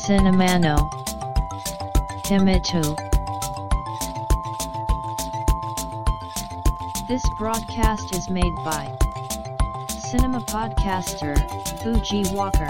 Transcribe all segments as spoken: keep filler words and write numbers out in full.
Cinemano Himitu. This broadcast is made by Cinema Podcaster Fuji Walker.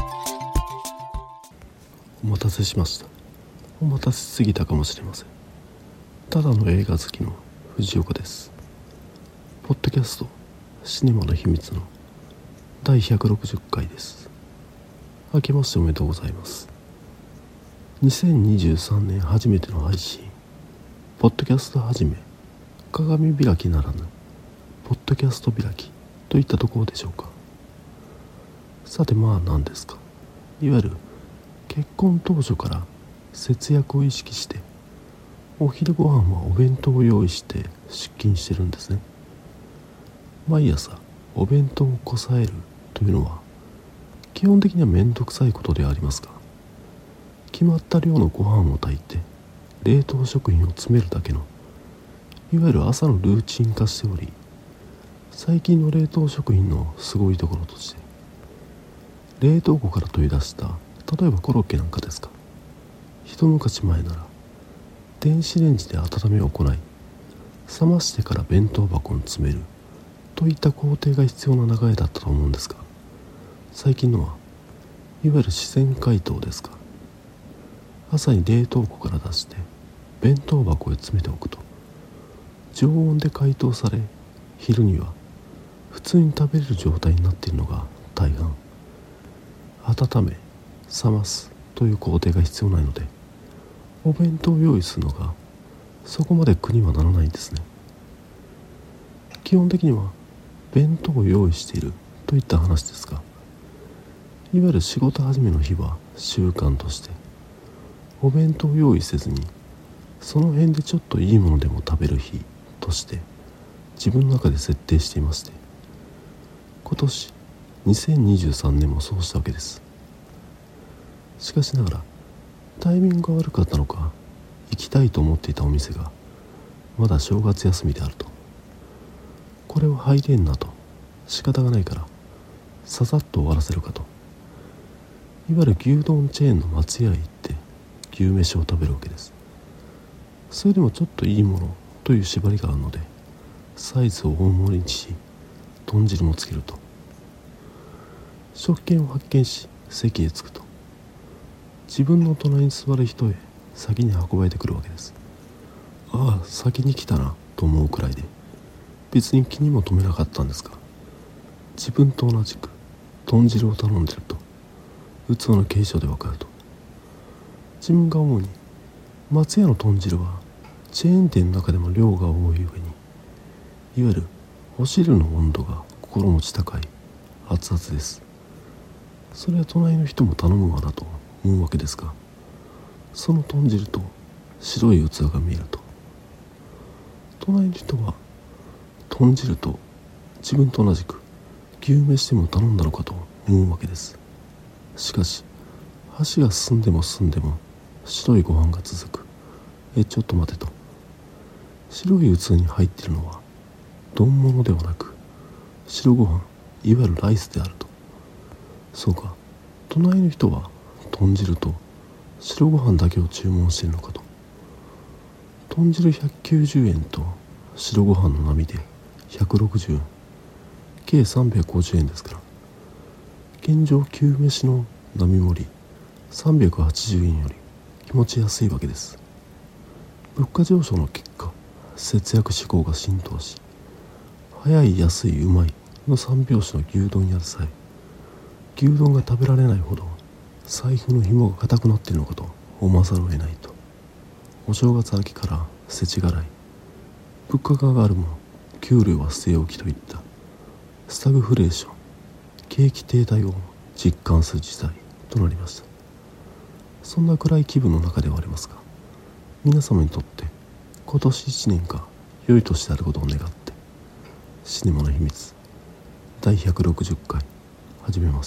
お待たせしました。お待たせすぎたかもしれません。ただの映画好きの藤岡です。ポッドキャストシネマの秘密のだいひゃくろくじゅっかいです。明けましておめでとうございます。にせんにじゅうさんねん初めての配信、ポッドキャストはじめ鏡開きならぬポッドキャスト開きといったところでしょうか。さて、まあ何ですか。いわゆる結婚当初から節約を意識してお昼ご飯はお弁当を用意して出勤してるんですね。毎朝お弁当をこさえるというのは基本的にはめんどくさいことでありますが、決まった量のご飯を炊いて冷凍食品を詰めるだけのいわゆる朝のルーチン化しており、最近の冷凍食品のすごいところとして冷凍庫から取り出した例えばコロッケなんかですか、一昔前なら電子レンジで温めを行い冷ましてから弁当箱に詰めるといった工程が必要な流れだったと思うんですが、最近のはいわゆる自然解凍ですか。朝に冷凍庫から出して弁当箱へ詰めておくと常温で解凍され、昼には普通に食べれる状態になっているのが大半。温め冷ますという工程が必要ないので、お弁当を用意するのがそこまで苦にはならないんですね。基本的には弁当を用意しているといった話ですが、いわゆる仕事始めの日は習慣としてお弁当を用意せずにその辺でちょっといいものでも食べる日として自分の中で設定していまして、今年にせんにじゅうさんねんもそうしたわけです。しかしながらタイミングが悪かったのか、行きたいと思っていたお店がまだ正月休みであると、これを入れんなと、仕方がないからささっと終わらせるかと、いわゆる牛丼チェーンの松屋へ行って牛飯を食べるわけです。それでもちょっといいものという縛りがあるのでサイズを大盛りにし、豚汁もつけると、食券を発見し席へ着くと、自分の隣に座る人へ先に運ばれてくるわけです。ああ、先に来たなと思うくらいで、別に気にも留めなかったんですが、自分と同じく豚汁を頼んでると器の形状でわかると、自分が思うに松屋の豚汁はチェーン店の中でも量が多い上に、いわゆるお汁の温度が心持ち高い熱々です。それは隣の人も頼むわなと思うわけですが、その豚汁と白い器が見えると、隣の人は豚汁と自分と同じく牛飯でも頼んだのかと思うわけです。しかし箸が進んでも進んでも白いご飯が続く。えちょっと待てと、白い器に入っているのは丼物ではなく白ご飯、いわゆるライスであると。そうか、隣の人は豚汁と白ご飯だけを注文しているのかと。豚汁ひゃくきゅうじゅうえんと白ご飯の並でひゃくろくじゅうえん、計さんびゃくごじゅうえんですから、現状牛飯の並盛りさんびゃくはちじゅうえんより気持ち安いわけです。物価上昇の結果、節約志向が浸透し、早い安いうまいの三拍子の牛丼屋でさえ牛丼が食べられないほど財布の紐が固くなっているのかと思わざるを得ないと。お正月明けから世知辛い、物価が上がるも給料は据え置きといったスタグフレーション、景気停滞を実感する時代となりました。そんな暗い気分の中ではありますが、皆様にとって今年いちねんが良い年であることを願ってシネマの秘密だいひゃくろくじゅっかい始めます。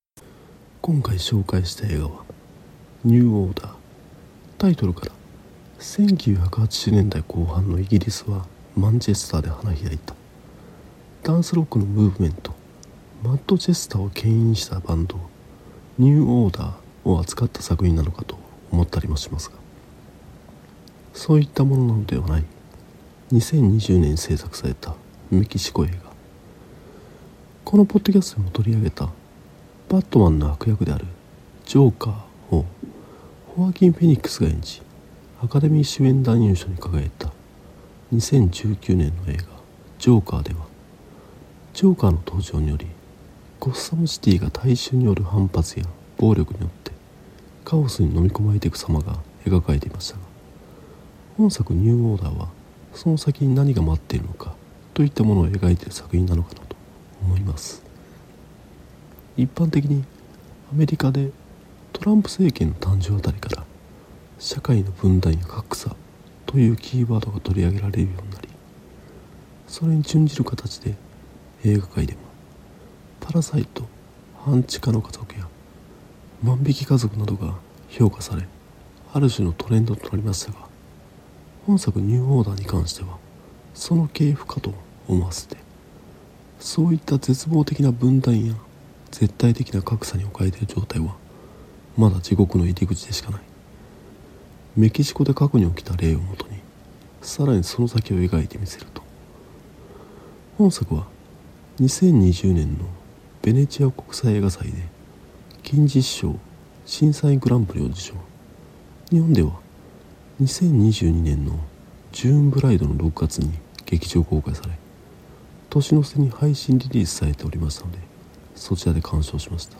今回紹介した映画はニューオーダー。タイトルからせんきゅうひゃくはちじゅうねんだいこう半のイギリスはマンチェスターで花開いた。ダンスロックのムーブメント、マッドチェスターを牽引したバンドニューオーダーを扱った作品なのかと思ったりもしますが、そういったものなのではないにせんにじゅうねんに制作されたメキシコ映画。このポッドキャストでも取り上げたバットマンの悪役であるジョーカーをホアキン・フェニックスが演じ、アカデミー主演男優賞に輝いたにせんじゅうきゅうねんの映画ジョーカーでは、ジョーカーの登場によりゴッサムシティが大衆による反発や暴力によってカオスに飲み込まれていく様が描かれていましたが、本作ニューオーダーはその先に何が待っているのかといったものを描いている作品なのかなと思います。一般的にアメリカでトランプ政権の誕生あたりから社会の分断や格差というキーワードが取り上げられるようになり、それに準じる形で映画界でもパラサイト、半地下の家族や万引き家族などが評価され、ある種のトレンドとなりましたが、本作ニューオーダーに関してはその系譜かと思わせて、そういった絶望的な分断や絶対的な格差に置かれている状態はまだ地獄の入り口でしかない。メキシコで過去に起きた例をもとにさらにその先を描いてみせると、本作はにせんにじゅうねんのベネチア国際映画祭で金獅子賞審査員グランプリを受賞。日本ではにせんにじゅうにねんのジューンブライドのろくがつに劇場公開され、年の瀬に配信リリースされておりましたので、そちらで鑑賞しました。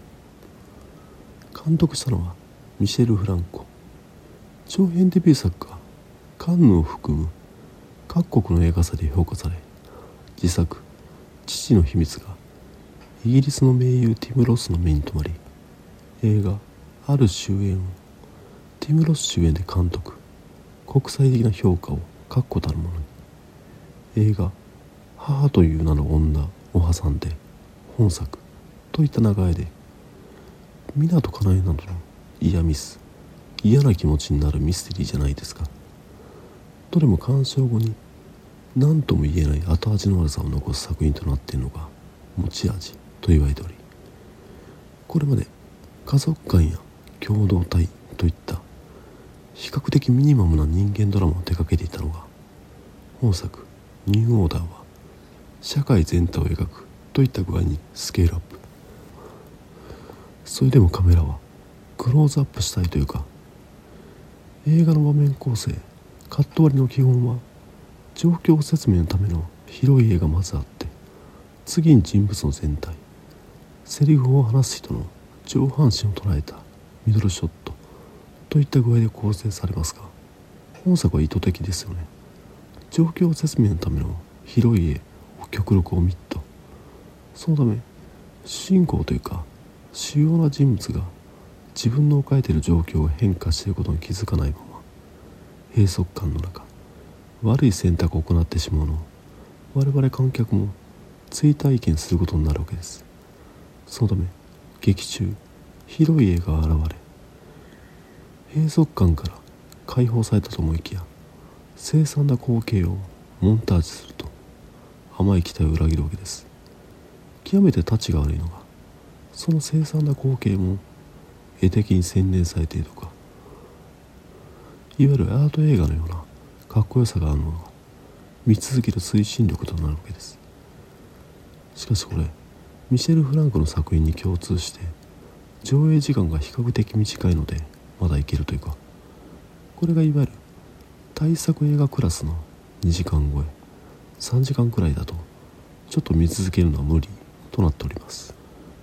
監督したのはミシェル・フランコ。長編デビュー作がカンヌを含む各国の映画祭で評価され、自作父の秘密がイギリスの名優ティム・ロスの目に留まり、映画ある終焉をティム・ロス主演で監督、国際的な評価を確固たるものに、映画母という名の女を挟んで本作といった流れで、湊かなえなどのイヤミス、嫌な気持ちになるミステリーじゃないですか。どれも鑑賞後に何とも言えない後味の悪さを残す作品となっているのが持ち味と言われており、これまで家族間や共同体といった比較的ミニマムな人間ドラマを手掛けていたのが、本作ニューオーダーは社会全体を描くといった具合にスケールアップ。それでもカメラはクローズアップしたいというか、映画の場面構成、カット割りの基本は状況説明のための広い絵がまずあって、次に人物の全体、セリフを話す人の上半身を捉えたミドルショットといった具合で構成されますが、本作は意図的ですよね。状況説明のための広い絵を極力オミット。そのため主人公というか主要な人物が自分の置かれている状況が変化していることに気づかないまま、閉塞感の中悪い選択を行ってしまうのを我々観客も追体験することになるわけです。そのため劇中広い絵が現れ、閉塞感から解放されたと思いきや凄惨な光景をモンタージュすると甘い期待を裏切るわけです。極めてタチが悪いのが、その凄惨な光景も絵的に洗練されているとか、いわゆるアート映画のようなかっこよさがあるのが見続ける推進力となるわけです。しかしこれミシェル・フランコの作品に共通して上映時間が比較的短いのでまだいけるというか、これがいわゆる大作映画クラスのにじかん超えさんじかんくらいだとちょっと見続けるのは無理となっております。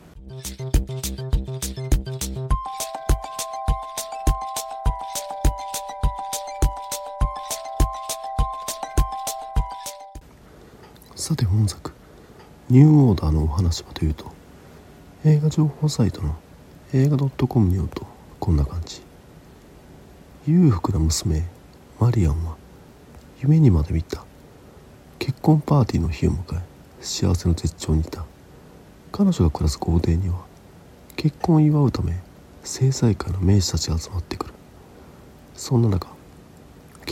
さて本作ニューオーダーのお話はというと、映画情報サイトの映画 .com によるとこんな感じ。裕福な娘マリアンは夢にまで見た結婚パーティーの日を迎え、幸せの絶頂にいた。彼女が暮らす豪邸には結婚を祝うため政財界の名士たちが集まってくる。そんな中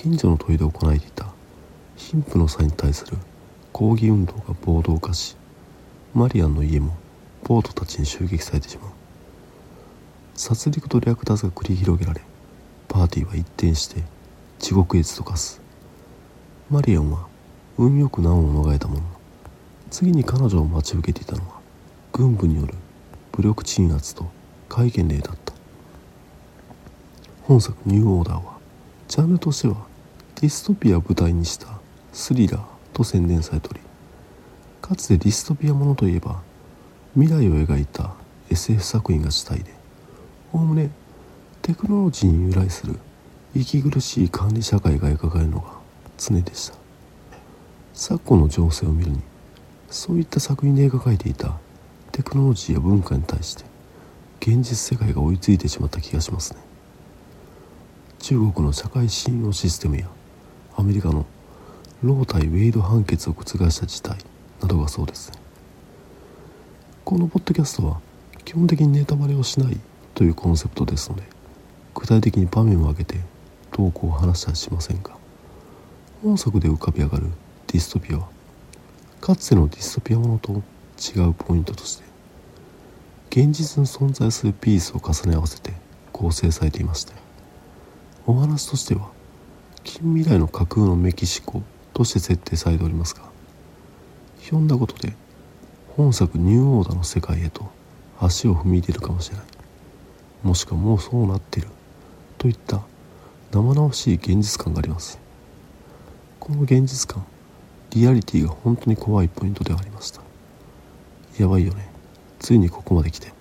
近所の問いで行われていた貧富の差に対する抗議運動が暴動化し、マリアンの家も暴徒たちに襲撃されてしまう。殺戮と略奪が繰り広げられ、パーティーは一転して地獄絵図と化す。マリアンは運よく難を逃れたものの、次に彼女を待ち受けていたのは軍部による武力鎮圧と戒厳令だった。本作ニューオーダーはジャンルとしてはディストピアを舞台にしたスリラーと宣伝されており、かつてディストピアものといえば未来を描いた エスエフ 作品が主体で、おおむねテクノロジーに由来する息苦しい管理社会が描かれるのが常でした。昨今の情勢を見るに、そういった作品で描かれていたテクノロジーや文化に対して現実世界が追いついてしまった気がしますね。中国の社会信用システムやアメリカのロー対ウェイド判決を覆した事態などがそうですね。このポッドキャストは基本的にネタバレをしないというコンセプトですので、具体的に場面を挙げて動向を話したりしませんが、本作で浮かび上がるディストピアはかつてのディストピアものと違うポイントとして、現実に存在するピースを重ね合わせて構成されていまして、お話としては近未来の架空のメキシコとして設定されておりますが、ひょんなことで本作ニューオーダーの世界へと足を踏み入れるかもしれない、もしくはもうそうなっているといった生々しい現実感があります。この現実感、リアリティが本当に怖いポイントではありました。やばいよね、ついにここまで来て。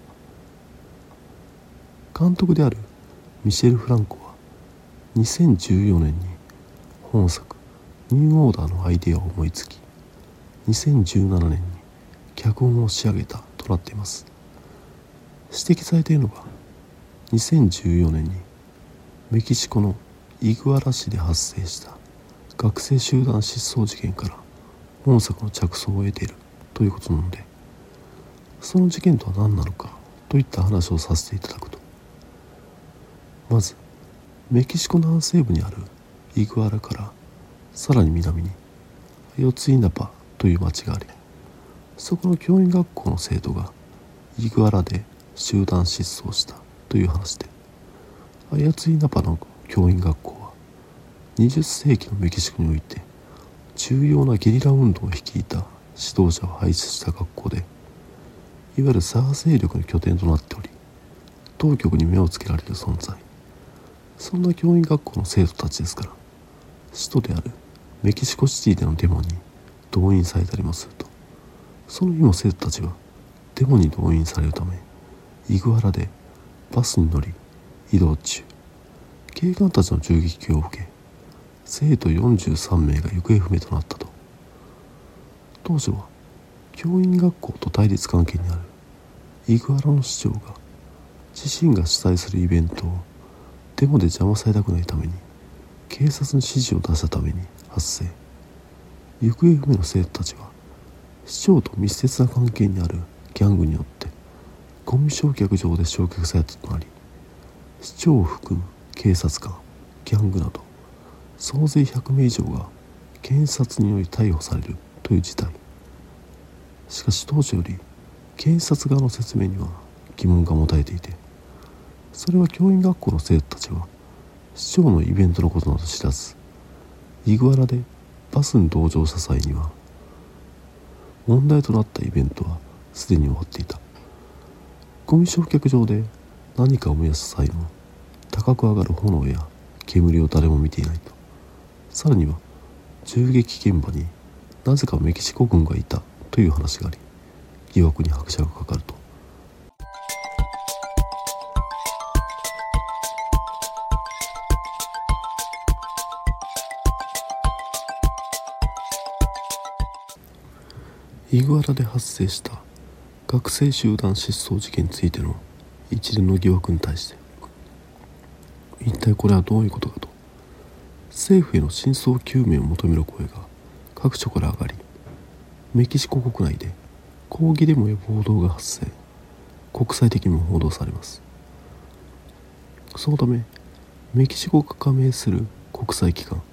監督であるミシェル・フランコはにせんじゅうよねんに本作ニューオーダーのアイデアを思いつき、にせんじゅうななねんに脚本を仕上げたとなっています。指摘されているのが、にせんじゅうよねんにメキシコのイグアラ市で発生した学生集団失踪事件から本作の着想を得ているということなので、その事件とは何なのかといった話をさせていただくと、まずメキシコ南西部にあるイグアラからさらに南にアヨツイナパという町があり、そこの教員学校の生徒がイグアラで集団失踪したという話で、アヨツイナパの教員学校はにじゅっせいきのメキシコにおいて重要なゲリラ運動を率いた指導者を輩出した学校で、いわゆる左派勢力の拠点となっており、当局に目をつけられる存在。そんな教員学校の生徒たちですから、首都であるメキシコシティでのデモに動員されたりもすると、その日も生徒たちはデモに動員されるため、イグアラでバスに乗り移動中、警官たちの銃撃を受け、生徒よんじゅうさんめいが行方不明となったと。当初は教員学校と対立関係にあるイグアラの市長が自身が主催するイベントをデモで邪魔されたくないために警察に指示を出したために発生。行方不明の生徒たちは市長と密接な関係にあるギャングによってゴミ焼却場で焼却されたとなり、市長を含む警察官、ギャングなど総勢ひゃくめい以上が検察により逮捕されるという事態。しかし当初より検察側の説明には疑問が持たれていて、それは教員学校の生徒たちは市長のイベントのことなど知らず、イグアラでバスに同乗した際には問題となったイベントはすでに終わっていた。ゴミ焼却場で何かを燃やす際も高く上がる炎や煙を誰も見ていないと。さらには銃撃現場になぜかメキシコ軍がいたという話があり、疑惑に拍車がかかると。イグアラで発生した学生集団失踪事件についての一連の疑惑に対して、一体これはどういうことかと政府への真相究明を求める声が各所から上がり、メキシコ国内で抗議デモや暴動が発生、国際的にも報道されます。そのためメキシコが加盟する国際機関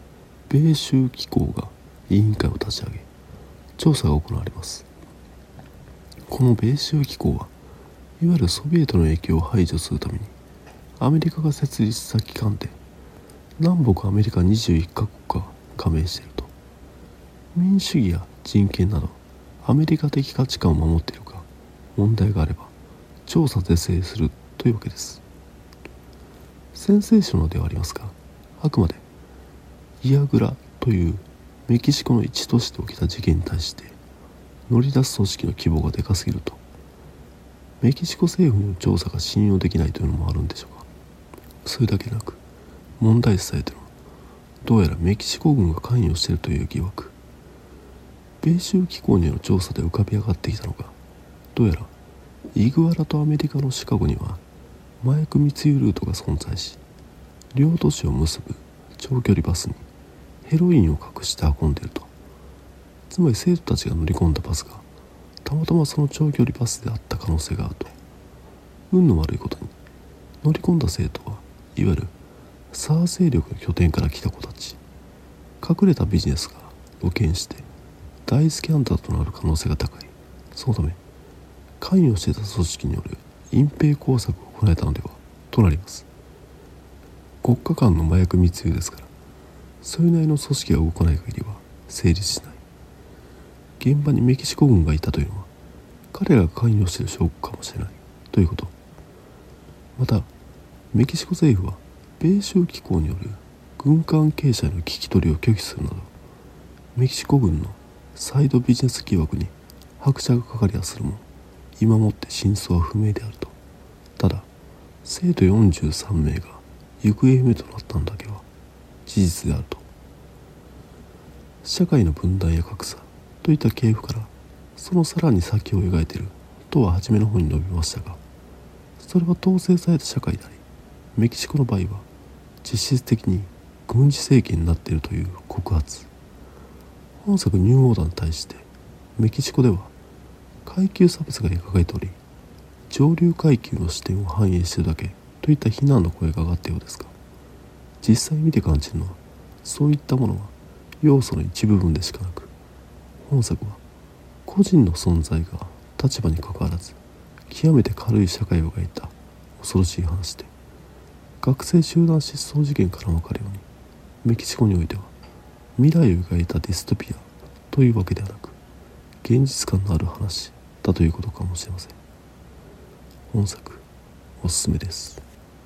米州機構が委員会を立ち上げ調査が行われます。この米州機構はいわゆるソビエトの影響を排除するためにアメリカが設立した機関で、南北アメリカにじゅういっカ国が加盟していると。民主主義や人権などアメリカ的価値観を守っているか問題があれば調査是正するというわけです。センセーショナルではありますが、あくまでイアグラというメキシコの一都市で起きた事件に対して乗り出す組織の規模がでかすぎると、メキシコ政府の調査が信用できないというのもあるんでしょうか。それだけでなく、問題視されているのはどうやらメキシコ軍が関与しているという疑惑。米州機構による調査で浮かび上がってきたのが、どうやらイグアラとアメリカのシカゴには麻薬密輸ルートが存在し、両都市を結ぶ長距離バスにヘロインを隠して運んでいると。つまり生徒たちが乗り込んだバスがたまたまその長距離バスであった可能性があると。運の悪いことに乗り込んだ生徒はいわゆるサー勢力の拠点から来た子たち。隠れたビジネスが露見して大スキャンダルとなる可能性が高い。そのため関与していた組織による隠蔽工作を行えたのではとなります。国家間の麻薬密輸ですから、それなりの組織が動かない限りは成立しない。現場にメキシコ軍がいたというのは彼らが関与している証拠かもしれないということ。またメキシコ政府は米州機構による軍関係者への聞き取りを拒否するなど、メキシコ軍のサイドビジネス疑惑に拍車がかかりはするも今もって真相は不明であると。ただ生徒よんじゅうさんめいが行方不明となったのだけは事実であると。社会の分断や格差といった系譜からそのさらに先を描いているとは初めの方に述べましたが、それは統制された社会であり、メキシコの場合は実質的に軍事政権になっているという告発。本作ニューオーダーに対してメキシコでは階級差別が描かれており、上流階級の視点を反映しているだけといった非難の声が上がったようですが、実際見て感じるのはそういったものは要素の一部分でしかなく、本作は個人の存在が立場に関わらず極めて軽い社会を描いた恐ろしい話で、学生集団失踪事件から分かるようにメキシコにおいては未来を描いたディストピアというわけではなく現実感のある話だということかもしれません。本作おすすめです。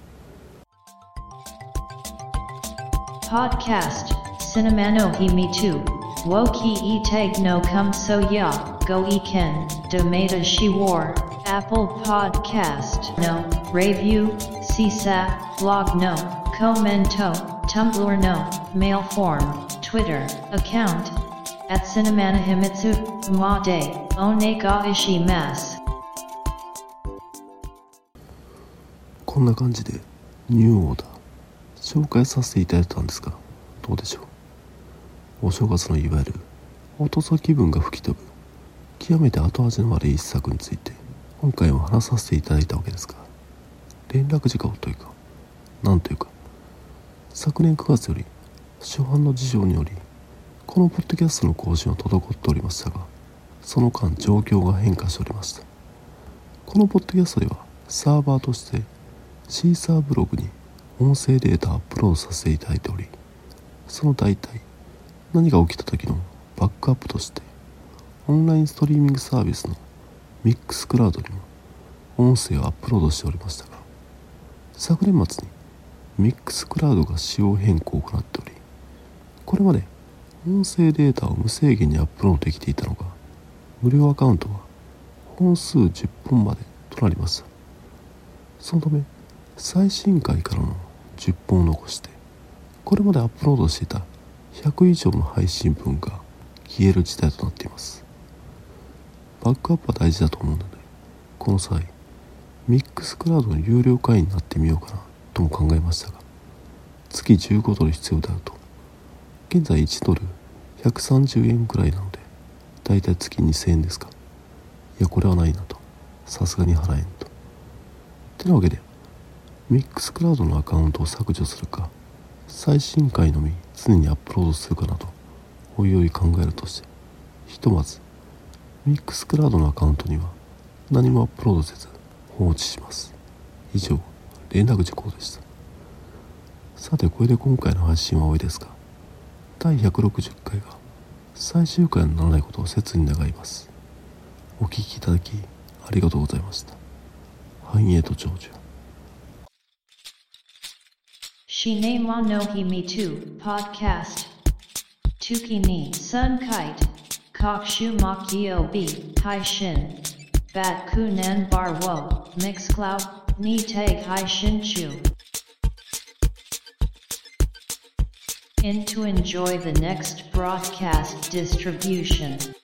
Podcast Cinema no Himi two Woki e tag no come so ya go e ken domata she war Apple Podcast no review C S A blog no commento Tumblr no mail form Twitter account at Cinemana Himitsu Made Onega Ishimasu。 こんな感じでニューオーダー紹介させていただいたんですが、どうでしょう。お正月のいわゆるおとそ気分が吹き飛ぶ極めて後味の悪い一作について今回も話させていただいたわけですが、連絡事項というかなんというか、昨年くがつより初版の事情によりこのポッドキャストの更新は滞っておりましたが、その間状況が変化しておりました。このポッドキャストではサーバーとしてシーサーブログに音声データをアップロードさせていただいており、その代替何が起きた時のバックアップとしてオンラインストリーミングサービスのミックスクラウドにも音声をアップロードしておりましたが、昨年末にミックスクラウドが仕様変更を行っており、これまで音声データを無制限にアップロードできていたのが、無料アカウントは本数じゅっぽんまでとなりました。そのため最新回からのじゅっぽんを残して、これまでアップロードしていたひゃくいじょうの配信分が消える事態となっています。バックアップは大事だと思うので、この際ミックスクラウドの有料会員になってみようかなとも考えましたが、月じゅうごドル必要であると。現在いちドルひゃくさんじゅうえんくらいなので、だいたい月にせんえんですか。いやこれはないなと、さすがに払えんと。てなわけでミックスクラウドのアカウントを削除するか、最新回のみ常にアップロードするかなどおいおい考えるとして、ひとまずミックスクラウドのアカウントには何もアップロードせず放置します。以上、連絡事項でした。さて、これで今回の配信は終わりですが、だいひゃくろくじゅっかいが最終回にならないことを切に願います。お聞きいただきありがとうございました。繁栄と長寿。 Shinei wa no himi to podcast. Tuki ni sun kite. Kokshu makio bi hai shin. Bat kunan bar wo. Mixcloud ni tag hai shin chu. In to enjoy the next broadcast distribution.